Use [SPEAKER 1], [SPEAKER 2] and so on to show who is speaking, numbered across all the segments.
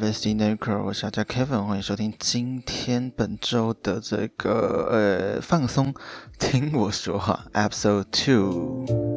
[SPEAKER 1] FSD Network， 我是小家 Kevin， 欢迎收听今天本周的这个放松听我说话 Episode 2。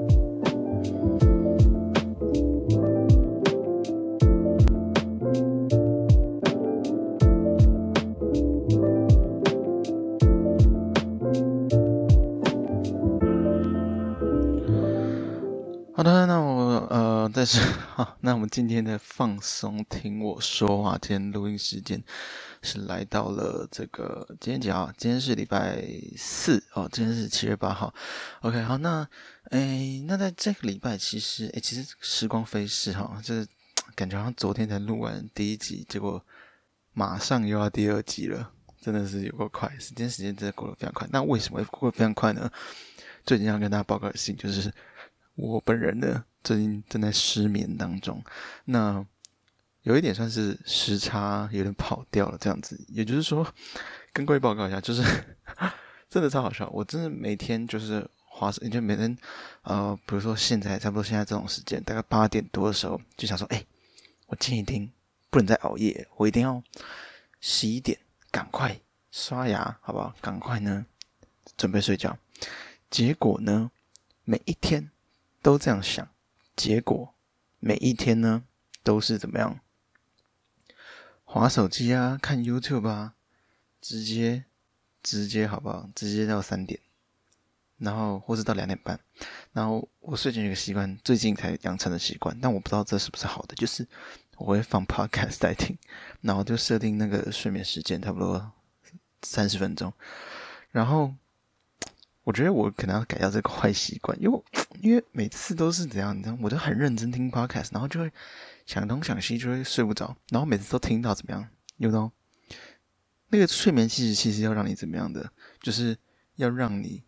[SPEAKER 1] 好的，那那我们今天的放松听我说话，今天录音时间是来到了这个今天几号？今天是礼拜四哦，今天是7月8号。OK， 好，那在这个礼拜其实时光飞逝哈，就是感觉好像昨天才录完第一集，结果马上又要第二集了，真的是有够快，时间真的过得非常快。那为什么会过得非常快呢？最近要跟大家报告的事情就是我本人呢最近正在失眠当中，那有一点算是时差有点跑掉了这样子，也就是说跟各位报告一下，就是真的超好笑，我真的每天就是就每天比如说差不多现在这种时间，大概8点多的时候就想说，我今天一定不能再熬夜，我一定要11点赶快刷牙，好不好？赶快呢准备睡觉。结果呢每一天都这样想，结果每一天呢都是怎么样？滑手机啊，看 YouTube 啊，直接好不好？直接到3点，然后或是到2点半。然后我睡前有个习惯，最近才养成的习惯，但我不知道这是不是好的，就是我会放 podcast 在听，然后就设定那个睡眠时间差不多30分钟，然后我觉得我可能要改掉这个坏习惯，因为每次都是怎样，你知道，我都很认真听 podcast， 然后就会想东想西，就会睡不着，然后每次都听到怎么样 ，you know， 那个睡眠其实要让你怎么样的，就是要让你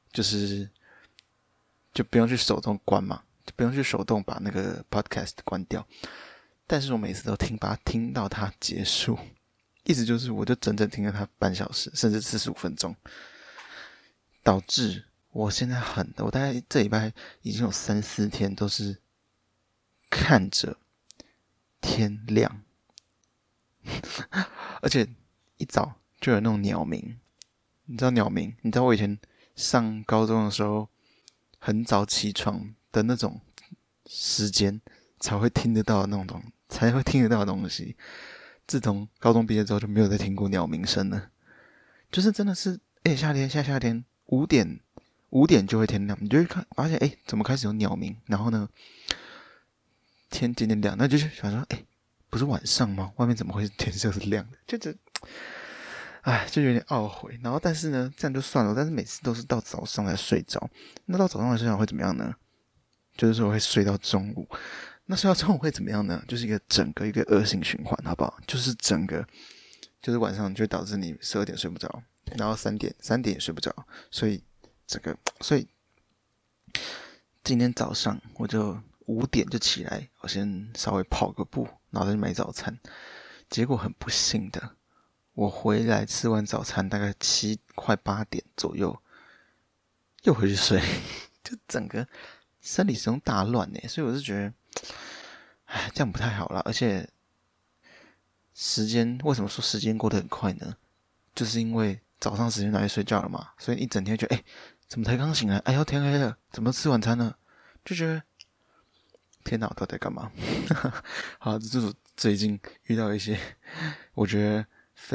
[SPEAKER 1] 就不用去手动关嘛，就不用去手动把那个 podcast 关掉，但是我每次都把它听到它结束，意思就是我就整整听了它半小时，甚至45分钟。导致我现在我大概这礼拜已经有3-4天都是看着天亮，而且一早就有那种鸟鸣，你知道鸟鸣？你知道我以前上高中的时候很早起床的那种时间才会听得到的东西，自从高中毕业之后就没有再听过鸟鸣声了，就是真的是夏天5点就会天亮，你就会发现怎么开始有鸟鸣，然后呢天渐渐亮，那就是想说不是晚上吗？外面怎么会天色是亮的？就有点懊悔。然后但是呢这样就算了，但是每次都是到早上才睡着，那到早上才睡着会怎么样呢？就是说会睡到中午，那睡到中午会怎么样呢？就是整个一个恶性循环，好不好？就是晚上就会导致你12点睡不着，然后3点也睡不着，所以今天早上我就5点就起来，我先稍微跑个步，然后再去买早餐。结果很不幸的，我回来吃完早餐，大概快8点左右，又回去睡，就整个生理时钟大乱耶。所以我是觉得，这样不太好啦。而且为什么说时间过得很快呢？就是因为早上时间拿去睡觉了嘛，所以一整天觉得怎么才刚醒来？天黑了，怎么吃晚餐呢？就觉得天哪，我到底在干嘛？好，这就是最近遇到一些我觉得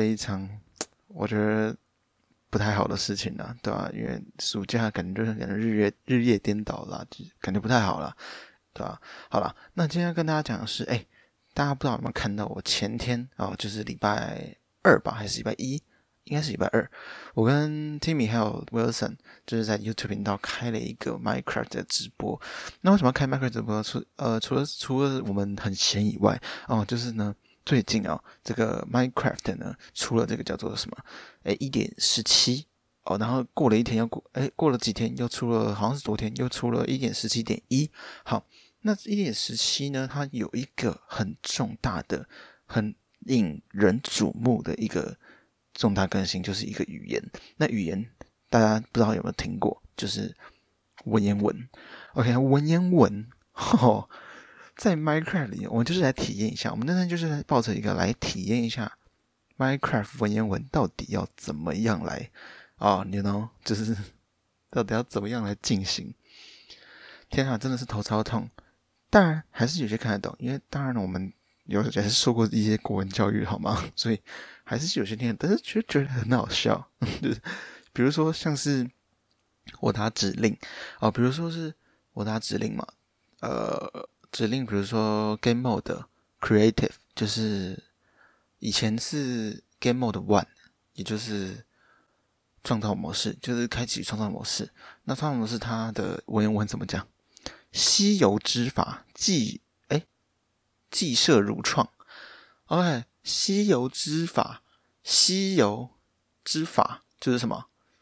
[SPEAKER 1] 不太好的事情啦，对吧？因为暑假感觉日夜颠倒啦，就感觉不太好啦，对吧？好啦，那今天要跟大家讲的是，大家不知道有没有看到我前天就是礼拜2吧，还是礼拜1？应该是礼拜2，我跟 Timmy 还有 Wilson 就是在 YouTube 频道开了一个 Minecraft 的直播。那为什么要开 Minecraft 直播？除了我们很闲以外，就是呢，最近这个 Minecraft 呢出了这个叫做什么1.17然后过了几天又出了，好像是昨天又出了1.17.1。好，那1.17呢，它有一个很重大的、很引人瞩目的一个重大更新，就是一个语言。那语言大家不知道有没有听过，就是文言文。OK， 文言文在 Minecraft 里，我们就是来体验一下。我们那天就是来抱着一个来体验一下 Minecraft 文言文到底要怎么样来you know， 就是到底要怎么样来进行。天啊，真的是头超痛。当然还是有些看得懂，因为当然我们还是受过一些国文教育，好吗？所以还是有些听得懂，但是觉得很好笑。就是比如说像是我打指令比如说是我打指令嘛，指令比如说 Game Mode Creative， 就是以前是 Game Mode 1，也就是创造模式，就是开启创造模式。那创造模式它的文言文怎么讲？西游之法，既设如创。OK， 西游之法，西游之法就是什么？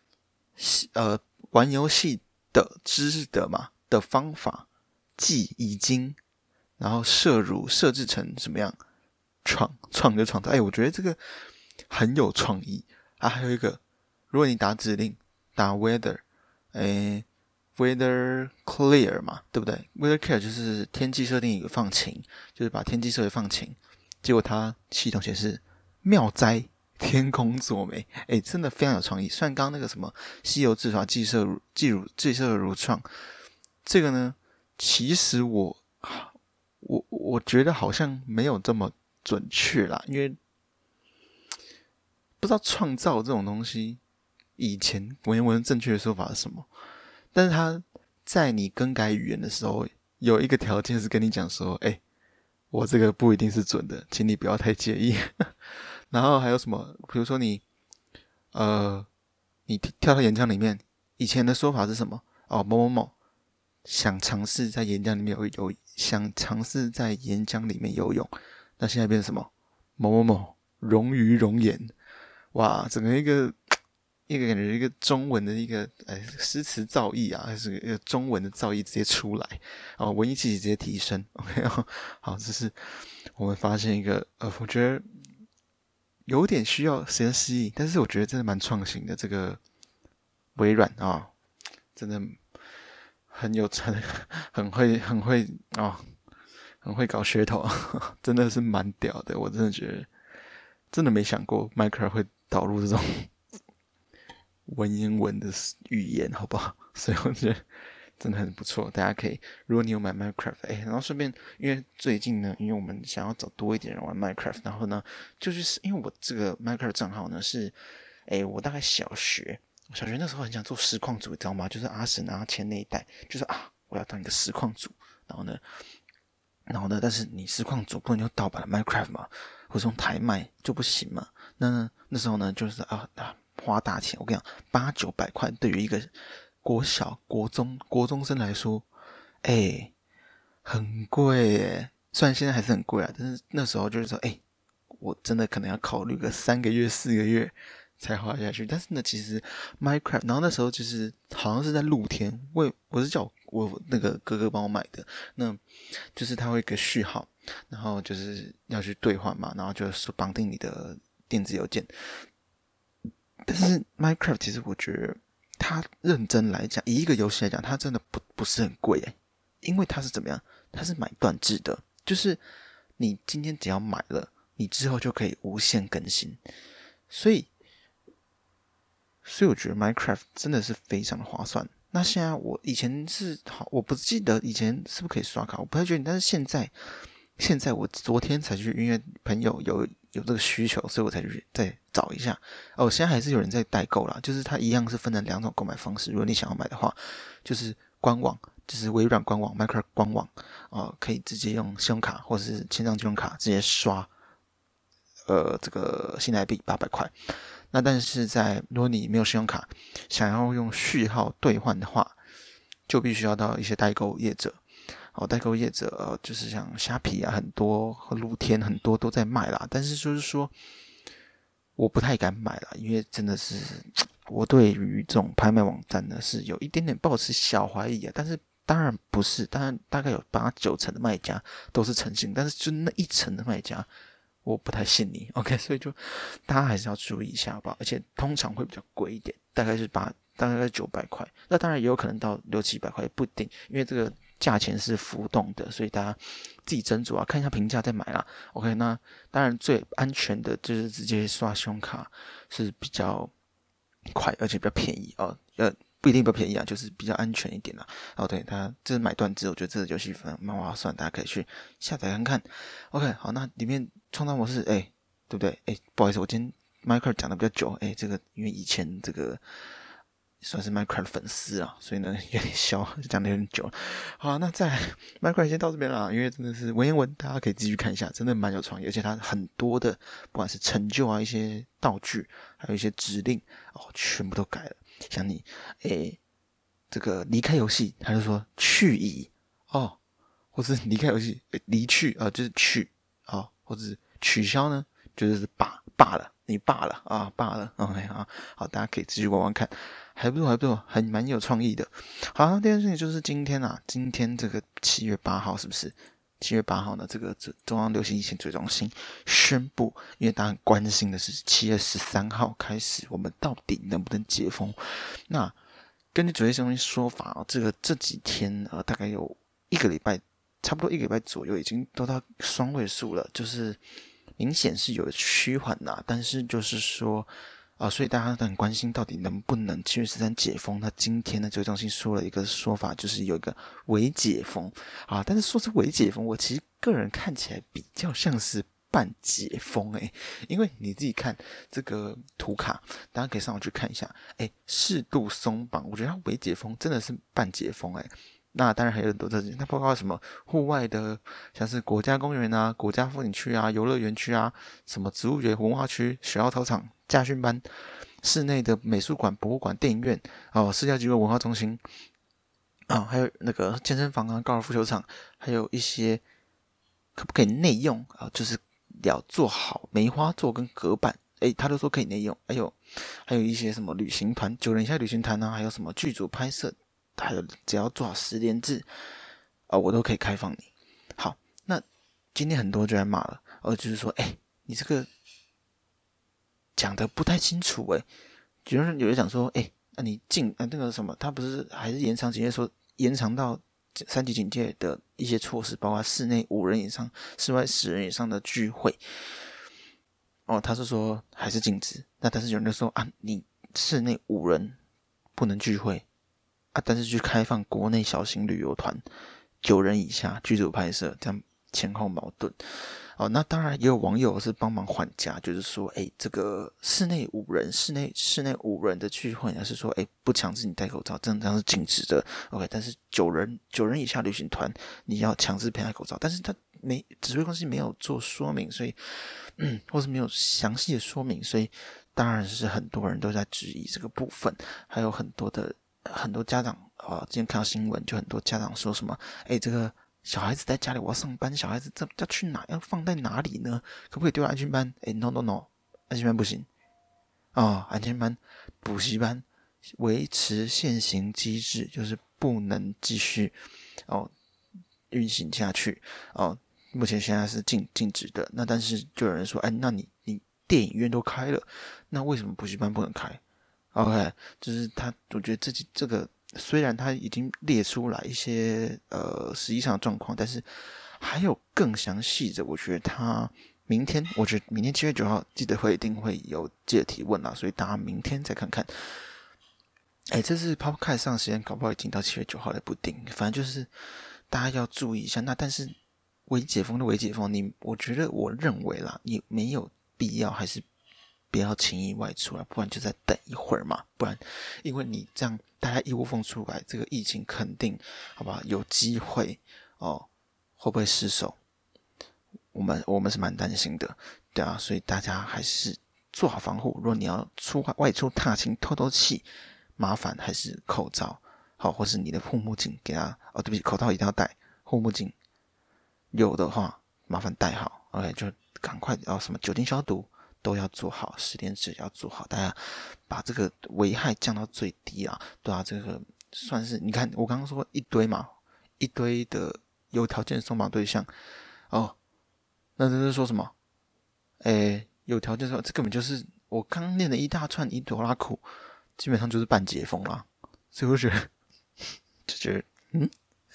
[SPEAKER 1] 玩游戏的知的嘛的方法，既已经，然后设置成什么样？创就创造。我觉得这个很有创意啊。还有一个，如果你打指令，打 weather clear 嘛，对不对？ weather clear 就是天气设定一个放晴，就是把天气设为放晴，结果它系统显示妙哉天公作美，真的非常有创意。虽然刚刚那个什么西游之法既设如创，这个呢，其实我觉得好像没有这么准确啦，因为不知道创造这种东西以前文言文正确的说法是什么，但是他在你更改语言的时候，有一个条件是跟你讲说，我这个不一定是准的，请你不要太介意。然后还有什么？比如说你跳到岩浆里面，以前的说法是什么？某某某想尝试在岩浆里面想尝试在岩浆里面游泳，那现在变成什么？某某某溶于熔岩。哇，整个一个感觉一个中文的一个诗词造诣还是一个中文的造诣直接出来文艺气息直接提升。OK， 好，这是我们发现一个我觉得有点需要时间适应，但是我觉得真的蛮创新的。这个微软真的很会很会搞噱头，真的是蛮屌的。我真的觉得真的没想过 Minecraft 会导入这种文言文的语言，好不好？所以我觉得真的很不错，大家可以，如果你有买 Minecraft，然后顺便，因为最近呢，因为我们想要找多一点人玩 Minecraft， 然后呢，就是因为我这个 Minecraft 账号呢是，我大概小学那时候很想做实况组，你知道吗？就是阿神前那一代，就是我要当一个实况组，然后呢，但是你实况组不能用盗版的 Minecraft 嘛，或者用台卖就不行嘛。那时候呢，就是花大钱，我跟你讲，800-900块，对于一个国小、国中生来说，很贵耶。虽然现在还是很贵但是那时候就是说，我真的可能要考虑个3个月、4个月才花下去。但是呢，其实 Minecraft， 然后那时候就是好像是在露天，我是叫我那个哥哥帮我买的，那就是他会有一个序号，然后就是要去兑换嘛，然后就是绑定你的电子邮件。但是 Minecraft 其实我觉得它认真来讲，以一个游戏来讲，它真的不是很贵因为它是怎么样？它是买断制的，就是你今天只要买了，你之后就可以无限更新。所以我觉得 Minecraft 真的是非常的划算。那现在我以前我不记得以前是不是可以刷卡，我不太确定。但是现在我昨天才去，因为朋友有这个需求，所以我才去再找一下。现在还是有人在代购啦，就是它一样是分成2种购买方式。如果你想要买的话，就是官网，就是微软官网 Minecraft 官网可以直接用信用卡或者是线上金融卡直接刷这个新台币800块。那但是如果你没有信用卡，想要用序号兑换的话，就必须要到一些代购业者。代购业者就是像虾皮很多和露天很多都在卖啦，但是就是说我不太敢买啦，因为真的是我对于这种拍卖网站呢是有一点点抱持小怀疑但是当然不是，当然大概有8-9成的卖家都是诚信，但是就那1成的卖家我不太信你 ，OK， 所以就大家还是要注意一下吧，而且通常会比较贵一点，大概是900块，那当然也有可能到600-700块，也不一定，因为这个价钱是浮动的，所以大家自己斟酌啊，看一下评价再买啦。OK， 那当然最安全的就是直接刷信用卡是比较快，而且比较便宜哦。不一定比较便宜啊，就是比较安全一点啦。哦，对，它这是买断制，我觉得这个游戏蛮划算，大家可以去下载看看。OK， 好，那里面创造模式，对不对？不好意思，我今天 Minecraft 讲的比较久，这个因为以前这个算是 Minecraft 粉丝啊，所以呢有点小，讲的有点久了。好，那再来 Minecraft 先到这边啦，因为真的是文言文，大家可以继续看一下，真的蛮有创意，而且它很多的不管是成就啊，一些道具，还有一些指令全部都改了。像你这个离开游戏，他就说去矣或是离开游戏离去就是去或者是取消呢，就是罢了，你罢了罢了 OK 好，大家可以继续玩玩看，还不错，蛮有创意的。好，那第二件事情就是今天这个7月8号是不是？7月8号呢，这个中央流行疫情指挥中心宣布，因为大家很关心的是7月13号开始，我们到底能不能解封？那根据指挥中心说法这几天大概有一个礼拜，差不多一个礼拜左右，已经都到双位数了，就是明显是有趋缓啦，但是就是说所以大家都很关心到底能不能7月13解封。那今天呢，指挥中心说了一个说法，就是有一个微解封但是说是微解封，我其实个人看起来比较像是半解封因为你自己看这个图卡，大家可以上网去看一下适度松绑，我觉得它微解封真的是半解封那当然还有很多这些，那包括什么户外的，像是国家公园啊、国家风景区啊、游乐园区啊、什么植物园、文化区、学校操场、驾训班、室内的美术馆、博物馆、电影院社交机构、文化中心还有那个健身房啊、高尔夫球场，还有一些可不可以内用就是要做好梅花座跟隔板，他都说可以内用。还有一些什么旅行团，9人以下旅行团啊，还有什么剧组拍摄，还有只要做好10连制我都可以开放你。好，那今天很多就在骂了，就是说你这个讲的不太清楚有人讲说那你那个什么，他不是还是延长警戒，说延长到3级警戒的一些措施，包括室内5人以上、室外10人以上的聚会他是说还是禁止。那但是有人就说你室内5人不能聚会但是去开放国内小型旅游团9人以下剧组拍摄，这样前后矛盾那当然也有网友是帮忙缓颊，就是说这个室内5人的聚会呢，是说不强制你戴口罩，这样是禁止的 OK， 但是9人以下旅行团你要强制佩戴口罩，但是他指挥中心没有做说明，所以或是没有详细的说明，所以当然是很多人都在质疑这个部分。还有很多家长之前看到新闻，就很多家长说什么这个小孩子在家里我要上班，小孩子这要去哪，要放在哪里呢？可不可以丢到安全班？No， 安全班不行安全班补习班维持现行机制，就是不能继续运行下去目前现在是禁止的。那但是就有人说那你电影院都开了，那为什么补习班不能开 OK， 就是我觉得这个虽然他已经列出来一些实际上的状况，但是还有更详细的，我觉得他明天7月9号记者会一定会有记者提问啦，所以大家明天再看看这次 Podcast 上的时间搞不好已经到7月9号了，不定，反正就是大家要注意一下。那但是微解封，我认为啦，你没有必要，还是不要轻易外出了，不然就再等一会儿嘛。不然，因为你这样大家一窝蜂出来，这个疫情肯定好吧有机会会不会失守？我们是蛮担心的，对啊，所以大家还是做好防护。如果你要外出踏青透气，麻烦还是口罩好，或是你的护目镜给他对不起，口罩一定要戴，护目镜有的话麻烦戴好 OK， 就赶快什么酒精消毒都要做好，10连制要做好，大家把这个危害降到最低啊。对啊，这个算是你看我刚刚说一堆的有条件松绑对象那这是说什么有条件说这根本就是我刚念的一大串一朵拉苦，基本上就是半解封啦。所以我就觉得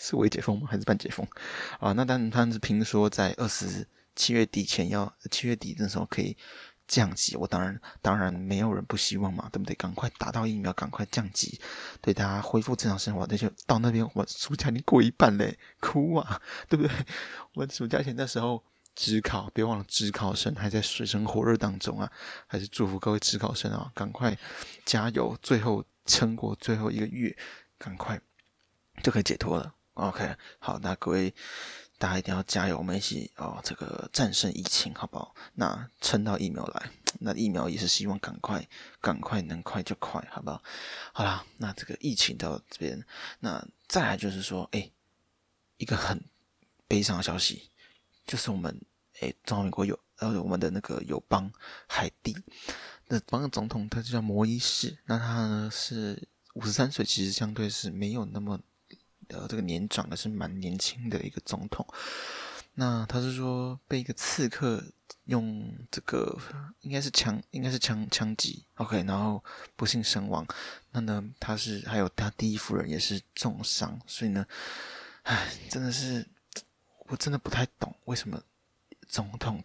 [SPEAKER 1] 是微解封吗？还是半解封？啊，那但他是评说在7月底前7月底那时候可以降级。我当然没有人不希望嘛，对不对？赶快打到疫苗，赶快降级，对大家恢复正常生活。那就到那边，我暑假已经过一半嘞，哭啊，对不对？我暑假前那时候指考，别忘了指考生还在水深火热当中啊，还是祝福各位指考生啊，赶快加油，最后撑过最后一个月，赶快就可以解脱了。OK， 好，那各位大家一定要加油，我们一起这个战胜疫情，好不好？那撑到疫苗来，那疫苗也是希望赶快能快就快，好不好？好啦，那这个疫情到这边，那再来就是说，一个很悲伤的消息，就是我们中华民国我们的那个友邦海地那邦的总统，他就叫摩伊士，那他呢是53岁，其实相对是没有那么这个年长的，是蛮年轻的一个总统。那他是说被一个刺客用这个应该是枪击 ，OK， 然后不幸身亡。那呢，还有他第一夫人也是重伤，所以呢，真的是我真的不太懂为什么总统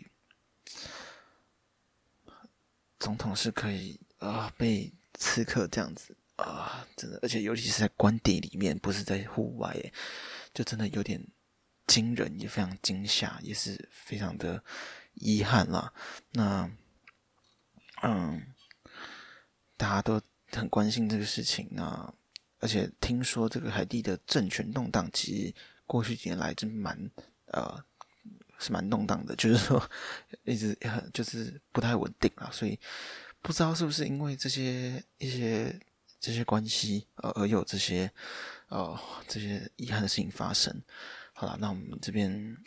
[SPEAKER 1] 是可以被刺客这样子真的，而且尤其是在官邸里面，不是在户外耶，就真的有点惊人，也非常惊吓，也是非常的遗憾啦。那大家都很关心这个事情，那而且听说这个海地的政权动荡，其实过去几年来是蛮动荡的，就是说一直就是不太稳定啦，所以不知道是不是因为这些关系而有这些遗憾的事情发生。好了，那我们这边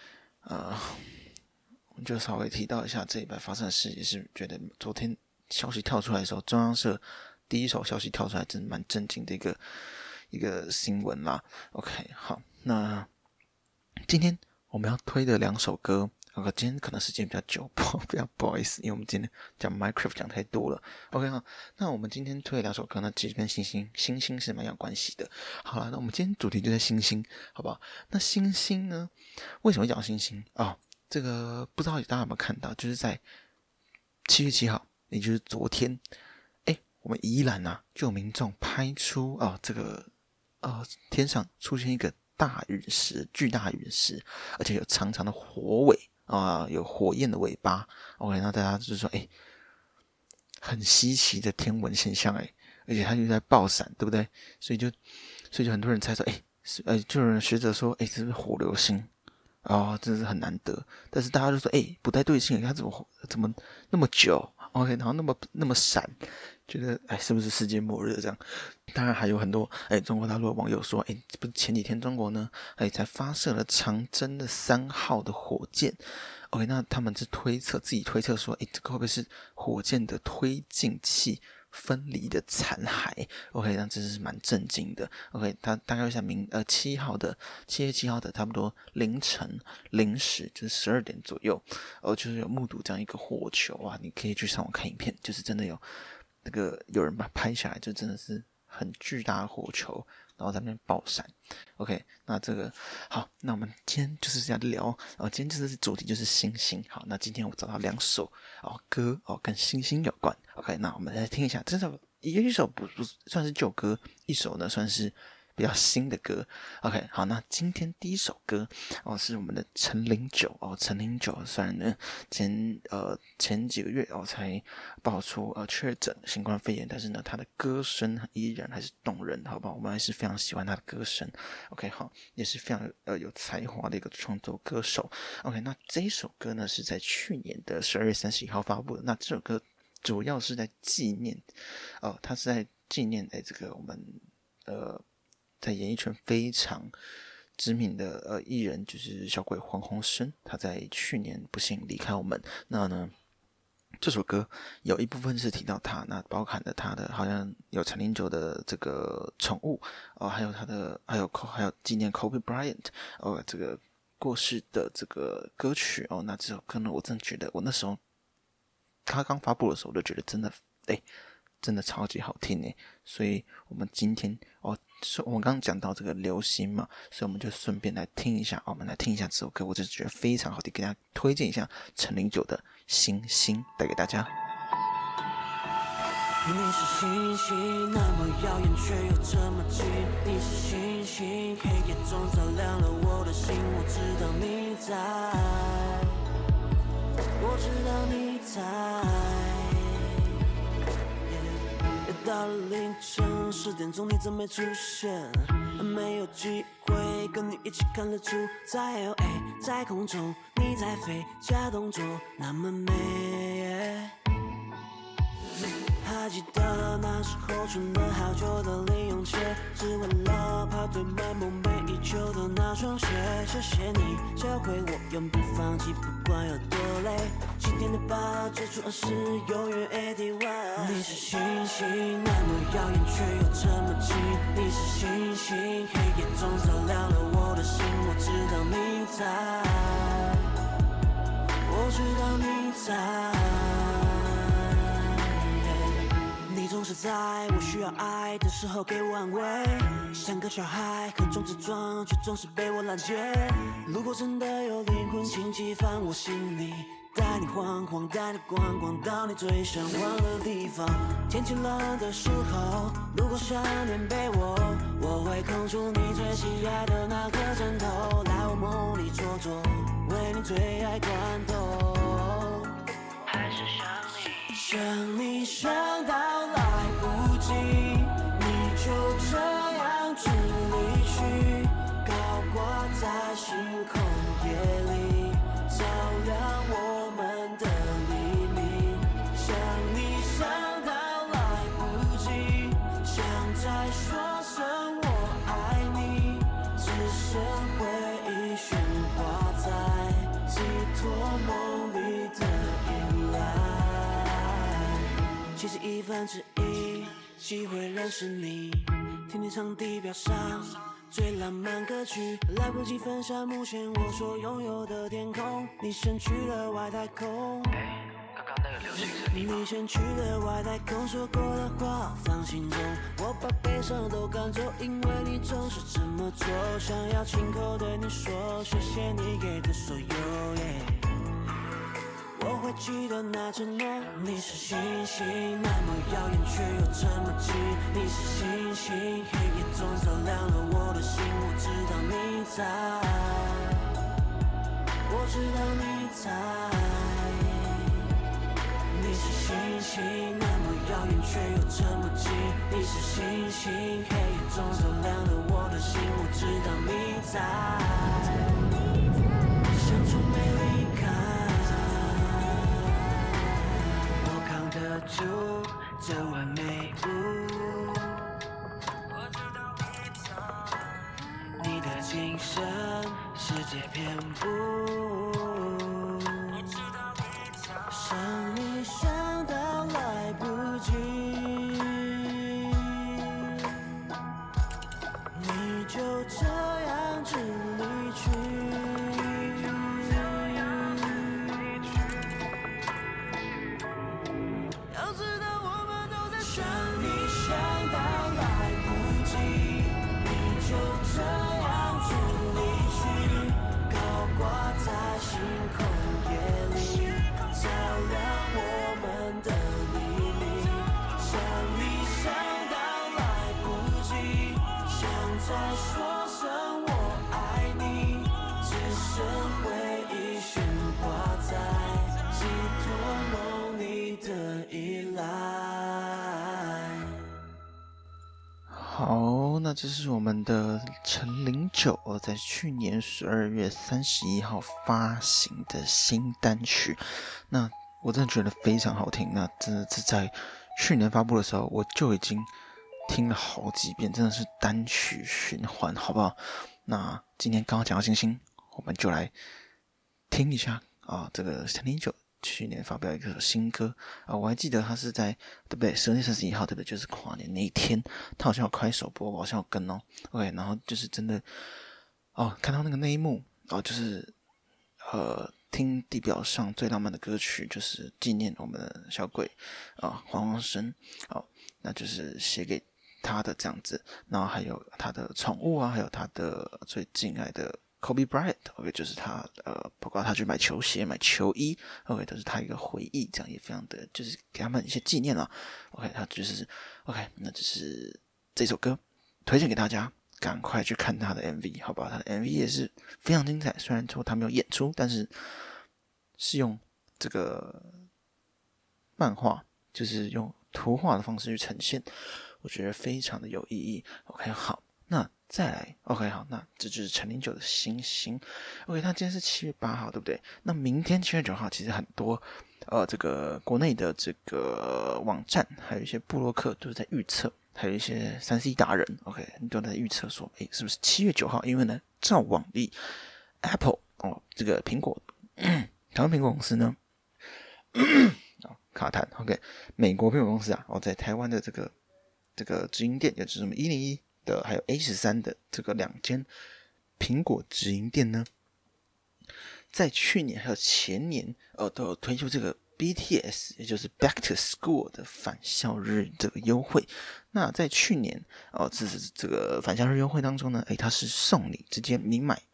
[SPEAKER 1] 我们就稍微提到一下这一拜发生的事，也是觉得昨天消息跳出来的时候，中央社第一手消息跳出来，真的蛮震惊的一个新闻啦。OK， 好，那今天我们要推的2首歌，今天可能时间比较久，不好意思，因为我们今天讲 Minecraft 讲太多了。OK 好，那我们今天推的2首歌呢，其实跟星星是蛮有关系的。好了，那我们今天主题就在星星，好不好？那星星呢，为什么讲星星啊？这个不知道大家有没有看到，就是在7月7号，也就是昨天，我们宜兰啊，就有民众拍出这个天上出现一个巨大陨石，而且有长长的火尾有火焰的尾巴。OK， 那大家就是说，很稀奇的天文现象，而且它就在爆闪，对不对？所以就很多人猜说，就有人学者说，这是火流星。真是很难得，但是大家就说，不太对劲，它怎么那么久 ？OK，然后那么闪，觉得是不是世界末日这样？当然还有很多中国大陆的网友说，不是前几天中国呢，才发射了长征的3号的火箭。OK，那他们自己推测说，这个会不会是火箭的推进器分离的残骸 ？OK，那真是蛮震惊的。OK，它大概会在7月7号的差不多凌晨0时，就是12点左右，就是有目睹这样一个火球啊，你可以去上网看影片，就是真的有有人把它拍下来，就真的是很巨大的火球，然后在那边爆闪。OK， 那这个好，那我们今天就是这样聊，今天就是主题就是星星。好，那今天我找到2首歌跟星星有关。OK， 那我们来听一下，一首不算是旧歌，一首呢算是比较新的歌。OK， 好，那今天第一首歌是我们的陈零九陈零九虽然呢前几个月才爆出确诊新冠肺炎，但是呢他的歌声依然还是动人，好不好？我们还是非常喜欢他的歌声。OK， 好，也是非常有才华的一个创作歌手。OK， 那这一首歌呢是在去年的12月31号发布的。那这首歌主要是在纪念他是在纪念这个我们在演艺圈非常知名的艺人，就是小鬼黄鸿升，他在去年不幸离开我们。那呢，这首歌有一部分是提到他，那包含了他的好像有陈零九的这个宠物还有纪念 Kobe Bryant 这个过世的这个歌曲那这首歌呢，我真的觉得我那时候他刚发布的时候，我就觉得真的超级好听所以我们今天我们刚刚讲到这个流行嘛，所以我们就顺便来听一下，我们来听一下这首歌，我就觉得非常好听，给大家推荐一下陈零九的《星星》，带给大家。
[SPEAKER 2] 你是星星，那么耀眼却又这么近。你是星星，黑夜中照亮了我的心。我知道你在，我知道你在。又到了凌晨10点钟，你怎没出现？还没有机会跟你一起看日出，在 LA， 在空中，你在飞，假动作那么美。还记得那时候存了好久的零用钱，只为了排队买梦寐以求的那双鞋。谢谢你教会我永不放弃，不管有多累。7天的8最初是永远 81。你是星星，那么耀眼却又这么近。你是星星，黑夜中照亮了我的心。我知道你在，我知道你在。你总是在我需要爱的时候给我安慰，像个小孩横冲直撞，却总是被我拦截。如果真的有灵魂，请寄放我心里，带你晃晃，带你逛逛到你最向往的地方。天气冷的时候，如果想念被窝，我会空出你最喜爱的那颗枕头，来我梦里坐坐，为你最爱关头。还是想你想到来不及，你就这样子离去，高挂在星空夜里，照亮我们的黎明。想你想到来不及，想再说声我爱你，只剩回忆悬挂在寄托梦里的依赖。其实1/1机会认识你，听听场地表上最浪漫歌曲，来不及分享目前我所拥有的天空。你先去了外太空，
[SPEAKER 3] 刚刚那个流星是你吗？
[SPEAKER 2] 你先去了外太空，说过的话放心中，我把悲伤都赶走，因为你总是这么做。想要亲口对你说，谢谢你给的所有。我会记得那承诺。你是星星，那么耀眼却又这么近。你是星星，黑夜中照亮了我的心。我知道你在，我知道你在。你是星星，那么耀眼却又这么近。你是星星，黑夜中照亮了我的心。我知道你在，相处没离开。得住这完美物，我知道你在，你的精神世界遍布，我知道你在，想你想到来不及，你就这样子离去。
[SPEAKER 1] 好，那这是我们的陈零九在去年12月31号发行的新单曲。那我真的觉得非常好听，那真的是在去年发布的时候我就已经听了好几遍，真的是单曲循环，好不好？那今天刚好讲到星星，我们就来听一下这个陈零九去年发表一个新歌我还记得他是在对不对12月31号对不对，就是跨年那一天，他好像有开首播，我好像有跟OK， 然后就是真的看到那一幕就是听地表上最浪漫的歌曲，就是纪念我们的小鬼黄生那就是写给他的这样子，然后还有他的宠物啊，还有他的最敬爱的 Kobe Bryant，OK，就是他包括他去买球鞋、买球衣，OK，都是他一个回忆，这样也非常的就是给他们一些纪念啦。OK，他就是 OK，那就是这首歌推荐给大家，赶快去看他的 MV， 好不好？他的 MV 也是非常精彩，虽然说他没有演出，但是是用这个漫画，就是用图画的方式去呈现，我觉得非常的有意义。OK， 好，那再来 OK， 好，那这就是陈零九的星星。OK， 他今天是7月8号，对不对？那明天7月9号，其实很多这个国内的这个网站，还有一些部落客都是在预测，还有一些3C 达人 OK 都在预测说，是不是7月9号？因为呢，照往例 ，Apple 这个苹果，台湾苹果公司呢，卡痰 OK， 美国苹果公司啊，在台湾的这个直营店，也就是什么101的，还有 A13的这个2间苹果直营店呢，在去年还有前年都有推出这个 BTS， 也就是 Back to School 的返校日这个优惠。那在去年这个返校日优惠当中呢，它是送你直接你买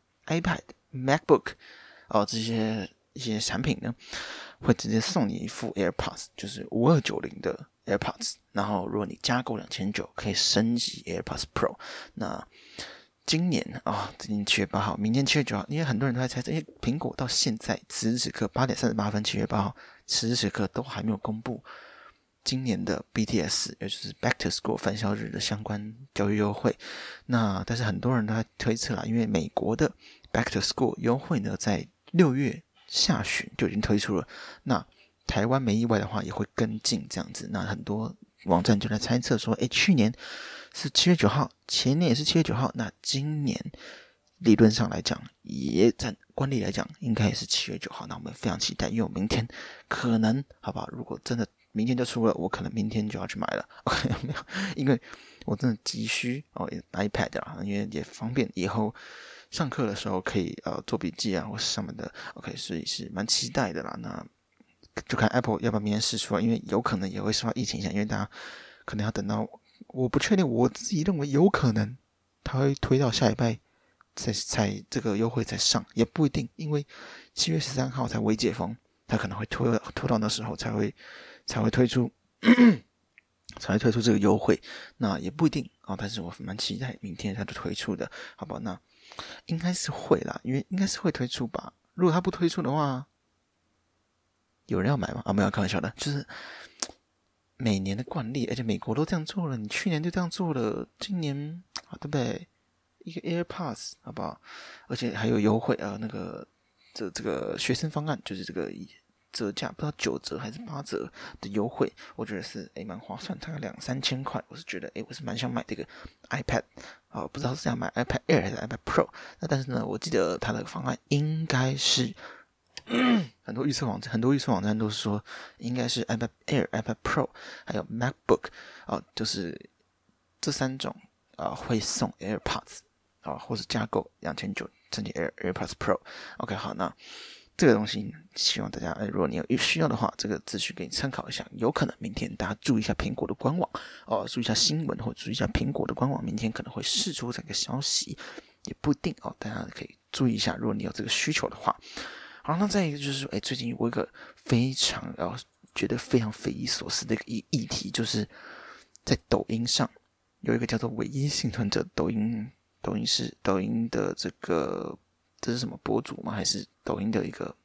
[SPEAKER 1] iPad、MacBook 这些一些产品呢，会直接送你一副 AirPods， 就是5290的 AirPods， 然后如果你加购2900可以升级 AirPods Pro。那今年今年7月8号，明天7月9号，因为很多人都在猜测，因为苹果到现在此时此刻8点38分7月8号，此时此刻都还没有公布今年的 BTS， 也就是 Back to School 返校日的相关教育优惠。那但是很多人都在推测啦，因为美国的 Back to School 优惠呢，在6月下旬就已经推出了，那台湾没意外的话也会跟进这样子。那很多网站就在猜测说，去年是7月9号，前年也是7月9号，那今年理论上来讲，也在惯例来讲，应该也是7月9号。那我们非常期待，因为我明天可能，好不好？如果真的明天就出了，我可能明天就要去买了。OK， 没有，因为我真的急需iPad 啦，因为也方便以后上课的时候可以做笔记啊或是什么的。OK， 所以是蛮期待的啦。那就看 Apple 要不要明天释出来，因为有可能也会受到疫情影响，因为大家可能要等到，我不确定，我自己认为有可能它会推到下礼拜才这个优惠才上，也不一定，因为7月13号才微解封，它可能会拖到那时候才会推出才会推出这个优惠，那也不一定但是我蛮期待明天它就推出的，好不好？那应该是会啦，因为应该是会推出吧。如果它不推出的话，有人要买吗？没有，开玩笑的，就是每年的惯例，而且美国都这样做了，你去年就这样做了，今年对不对？一个 AirPods 好不好？而且还有优惠那个这个学生方案，就是这个折价不知道9折还是8折的优惠，我觉得是蛮划算，大概2-3千块，我是觉得我是蛮想买这个 iPad 不知道是要买 iPad Air 还是 iPad Pro。那但是呢，我记得它的方案应该是很多预测网站都是说应该是 iPad Air、iPad Pro 还有 MacBook 就是这3种会送 AirPods 或是加购2900升级 AirPods Pro。 OK， 好，那这个东西希望大家如果你有需要的话，这个资讯给你参考一下，有可能明天大家注意一下苹果的官网注意一下新闻或注意一下苹果的官网，明天可能会释出这个消息，也不一定大家可以注意一下，如果你有这个需求的话。好，那再一个就是说最近有一个非常觉得非常匪夷所思的一个议题，就是在抖音上有一个叫做唯一幸存者，抖音的这是什么博主吗？还是抖音的一个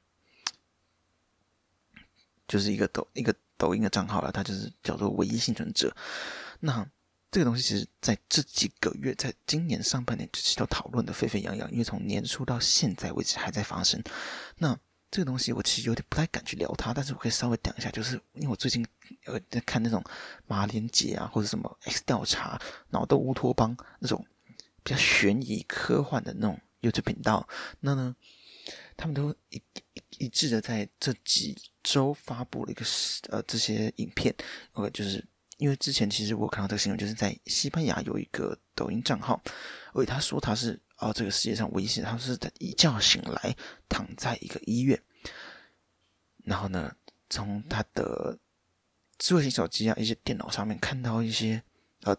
[SPEAKER 1] 就是一个抖音的账号啦，它就是叫做唯一幸存者。那这个东西其实在这几个月，在今年上半年其实都讨论的沸沸扬扬，因为从年初到现在为止还在发生。那这个东西我其实有点不太敢去聊它，但是我可以稍微讲一下，就是因为我最近在看那种马连杰或者什么 X 调查、脑洞乌托邦那种比较悬疑科幻的那种 YouTube 频道，那呢他们都一致的在这几周发布了一个这些影片就是因为之前其实我看到这个新闻，就是在西班牙有一个抖音账号，而且他说他是这个世界上唯一是他是在一觉醒来躺在一个医院，然后呢从他的智慧型手机一些电脑上面看到一些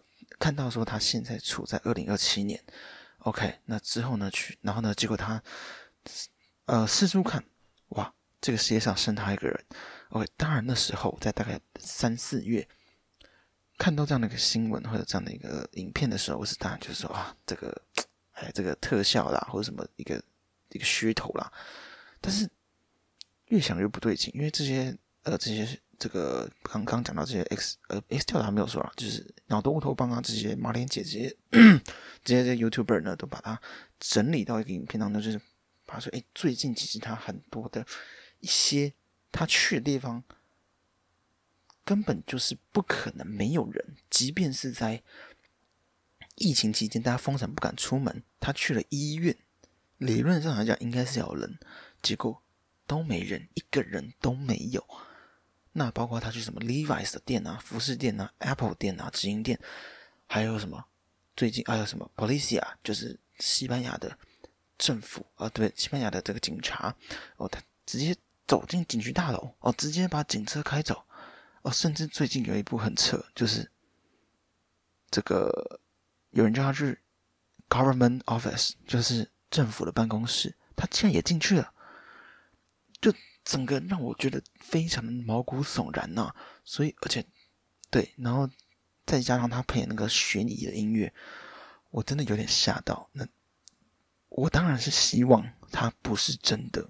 [SPEAKER 1] 看到说他现在处在2027年 ，OK， 那之后呢然后呢，结果他四处看，哇，这个世界上剩他一个人。OK， 当然那时候在大概3、4月看到这样的一个新闻或者这样的一个影片的时候，我当然就是说啊，这个特效啦，或者什么一个噱头啦。但是越想越不对劲，因为这些这个刚刚讲到这些 X 调查没有说啦，就是脑洞乌托邦啊，这些马莲姐这些 YouTuber 呢，都把它整理到一个影片当中，就是把说，最近其实他很多的一些他去的地方，根本就是不可能没有人，即便是在疫情期间大家封城不敢出门，他去了医院，理论上来讲应该是要有人，结果都没人，一个人都没有。那包括他去什么 Levi's 的店啊、服饰店啊、Apple 店啊、直营店，还有什么最近还有什么 Policia， 就是西班牙的政府对，西班牙的这个警察他直接走进警局大楼直接把警车开走甚至最近有一部很扯，就是这个有人叫他去 Government Office， 就是政府的办公室，他竟然也进去了，就整个让我觉得非常的毛骨悚然呐。所以而且对，然后再加上他配那个悬疑的音乐，我真的有点吓到。那我当然是希望它不是真的，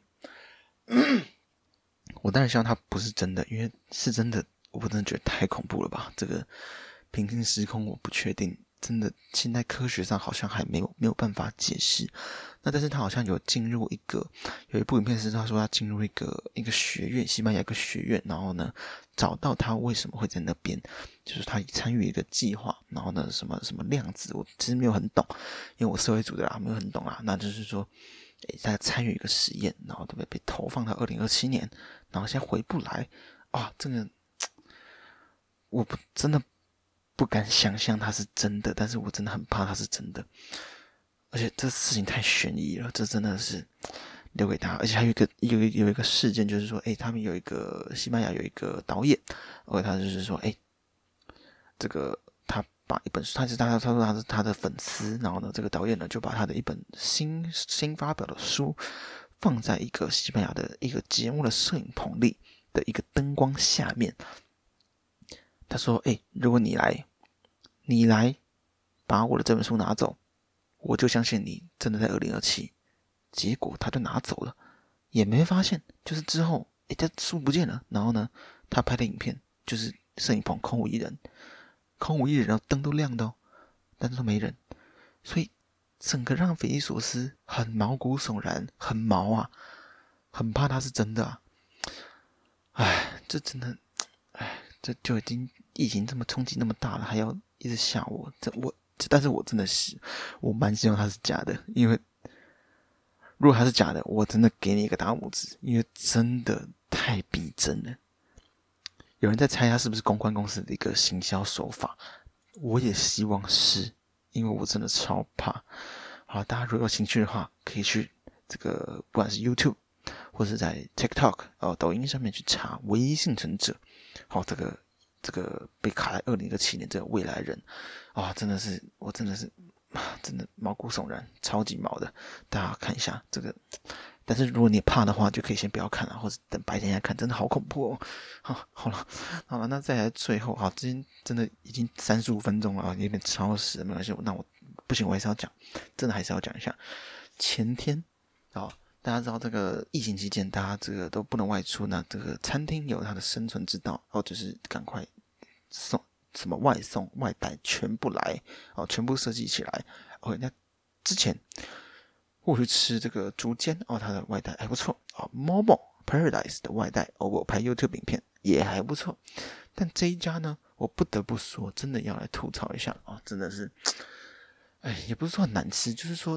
[SPEAKER 1] 我当然希望它不是真的，因为是真的，我真的觉得太恐怖了吧。这个平行时空我不确定，真的现在科学上好像还没有办法解释。那但是他好像有进入有一部影片是他说他进入一个学院，西班牙一个学院，然后呢找到他为什么会在那边，就是他参与一个计划，然后呢什么量子，我其实没有很懂，因为我社会组的啦，没有很懂啦。那就是说他参与一个实验，然后被投放到2027年，然后现在回不来这个我真的不敢想象它是真的，但是我真的很怕它是真的。而且这事情太悬疑了，这真的是留给他。而且还有一个事件，就是说，他们西班牙有一个导演，他就是说，这个他把一本书，他说他是他的粉丝，然后呢，这个导演呢就把他的一本新发表的书放在一个西班牙的一个节目的摄影棚里的一个灯光下面。他说，如果你来把我的这本书拿走，我就相信你真的在2027。结果他就拿走了，也没发现，就是之后这书不见了，然后呢他拍的影片就是摄影棚空无一人，然后灯都亮的但是都没人，所以整个让匪夷所思，很毛骨悚然，很毛啊，很怕它是真的这真的这就已经疫情这么冲击那么大了，还要一直吓我，但是我真的是我蛮希望它是假的，因为如果它是假的，我真的给你一个大拇指，因为真的太逼真了。有人在猜它是不是公关公司的一个行销手法，我也希望是，因为我真的超怕。好，大家如果有兴趣的话，可以去这个不管是 YouTube 或是在 TikTok 抖音上面去查唯一幸存者。好，这个被卡在2027年这个未来人真的是我真的是真的毛骨悚然，超级毛的，大家看一下这个。但是如果你怕的话，就可以先不要看了，或者等白天来看，真的好恐怖好了，那再来最后今天真的已经35分钟了有点超时，没关系，那我不行，我还是要讲，真的还是要讲一下。前天大家知道这个疫情期间，大家这个都不能外出，那这个餐厅有它的生存之道就是赶快送什么外送外带全部来全部设计起来那之前我去吃这个竹间它的外带还不错Momo Paradise 的外带我拍 YouTube 影片也还不错，但这一家呢，我不得不说真的要来吐槽一下真的是也不是说很难吃，就是说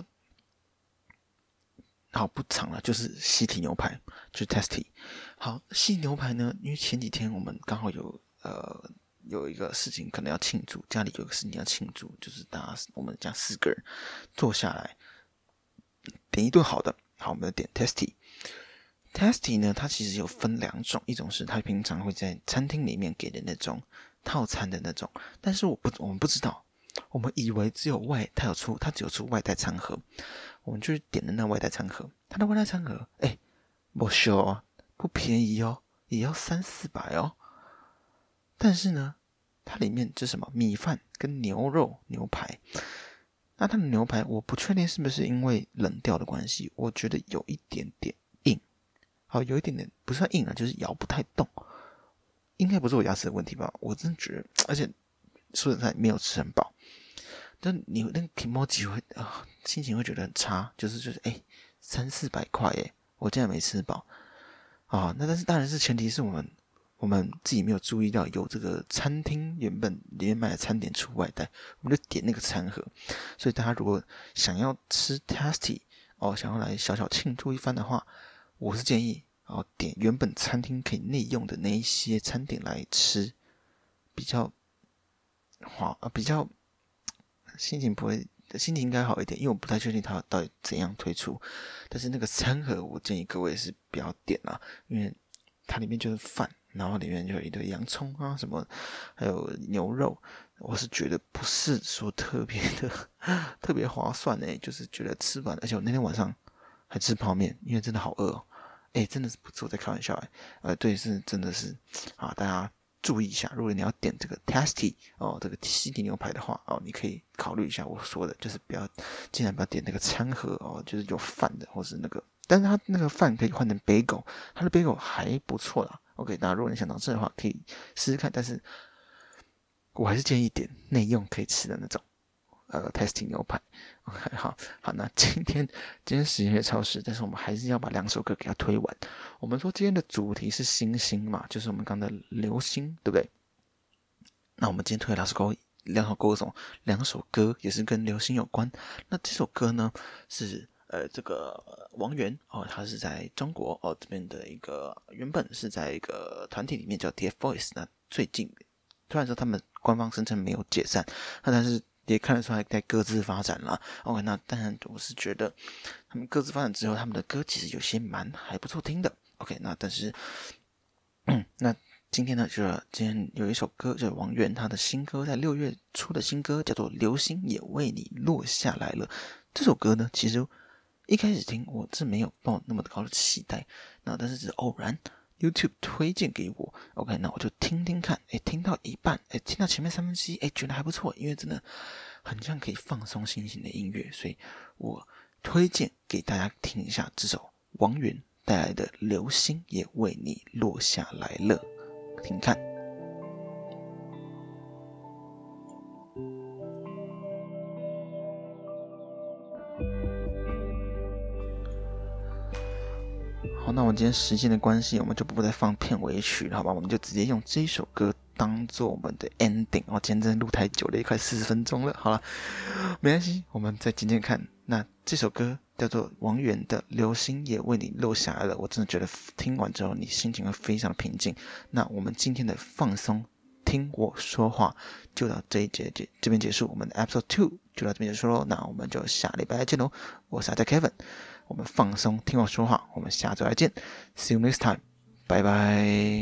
[SPEAKER 1] 好不长了，就是西提牛排，就是 Tasty。好，西提牛排呢，因为前几天我们刚好有一个事情可能要庆祝，家里有个事情要庆祝，就是我们家4个人坐下来点一顿好的，好，我们点 Tasty。Tasty 呢，它其实有分2种，一种是它平常会在餐厅里面给的那种套餐的那种，但是我们不知道， 我们以为只有它只有出外带餐盒，我们就点了那外带餐盒，它的外带餐盒不修啊，不便宜哦，也要300-400哦。但是呢，它里面是什么米饭跟牛肉牛排，那它的牛排我不确定是不是因为冷掉的关系，我觉得有一点点硬，有一点点不算硬啊，就是咬不太动，应该不是我牙齿的问题吧？我真的觉得，而且说实在没有吃很饱，但你那个 kimochi 会心情会觉得很差，就是300-400块我竟然没吃饱那但是当然是前提是我们自己没有注意到有这个餐厅原本里面卖的餐点出外带，我们就点那个餐盒。所以大家如果想要吃 tasty 想要来小小庆祝一番的话，我是建议点原本餐厅可以内用的那一些餐点来吃，比较心情应该好一点，因为我不太确定它到底怎样推出。但是那个餐盒我建议各位是不要点啦，因为它里面就是饭，然后里面就有一堆洋葱什么，还有牛肉，我是觉得不是说特别划算就是觉得吃完，而且我那天晚上还吃泡面，因为真的好饿真的是不是我在开玩笑对，是真的是大家注意一下，如果你要点这个 tasty 这个西迪牛排的话你可以考虑一下我说的，就是尽量不要点那个餐盒就是有饭的，或是那个，但是它那个饭可以换成 bagel， 它的 bagel 还不错啦。OK， 那如果你想尝试的话，可以试试看，但是我还是建议点内用可以吃的那种tasty 牛排。OK， 好，那今天时间也超时，但是我们还是要把2首歌给它推完。我们说今天的主题是星星嘛，就是我们刚的流星，对不对？那我们今天推了2首歌也是跟流星有关。那这首歌呢是这个王源他是在中国这边的一个，原本是在一个团体里面叫 TFBOYS， 那最近突然说他们官方声称没有解散，但是也看得出来在各自发展了。OK， 那当然我是觉得他们各自发展之后，他们的歌其实有些还不错听的。OK， 那但是那今天呢，今天有一首歌，就是王源他的新歌，在6月出的新歌叫做《流星也为你落下来了》。这首歌呢，其实一开始听我是没有抱那么高的期待，那但是只是偶然 YouTube 推荐给我 ，OK， 那我就听听看，听到一半，听到前面1/3，觉得还不错，因为真的很像可以放松心情的音乐，所以我推荐给大家听一下这首王源带来的《流星也为你落下来了》，听看。好，那我们今天时间的关系，我们就不再放片尾曲了，好吧？我们就直接用这首歌当做我们的 ending。今天真的录太久了，也快40分钟了。好了，没关系，我们再听听看。那这首歌叫做王源的《流星也为你落下来了》，我真的觉得听完之后，你心情会非常的平静。那我们今天的放松听我说话就到这边结束，我们的 episode 2就到这边结束咯。那我们就下礼拜再见咯。我是阿仔 Kevin。我们放松听我说话，我们下周再见 ，See you next time， 拜拜。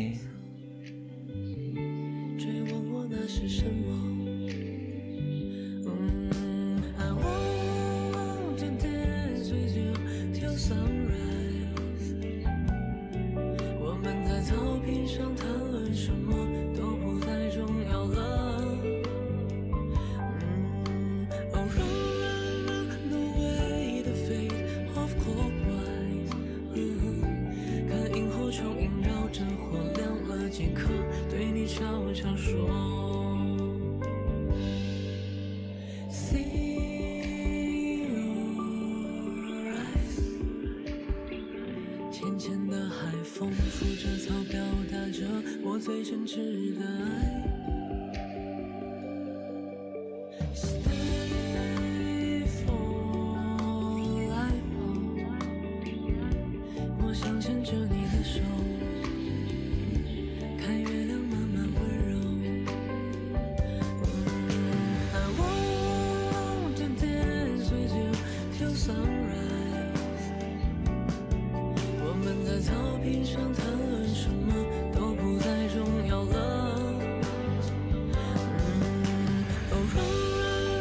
[SPEAKER 2] 追问我那是什么？I want to dance with you till sunrise。我们在草坪上谈论什么都不再重要了。重萦绕着火亮了几颗，对你悄悄说 See your eyes。 浅浅的海风拂着草，表达着我最真挚的爱。Stay for life， 我想牵着你的手，看月亮慢慢温柔。I want to dance with you till sunrise。 我们在草坪上谈论什么都不再重要了。Oh run run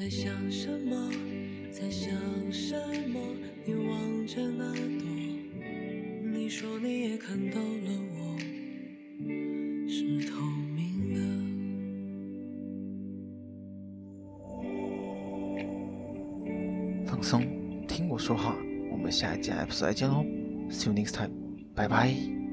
[SPEAKER 2] 在想什么？在想什么？你望着那朵，你说你也看到了我，是透明
[SPEAKER 1] 的。放松，听我说话，我们下一集 episode 再见喽 ，See you next time，拜拜。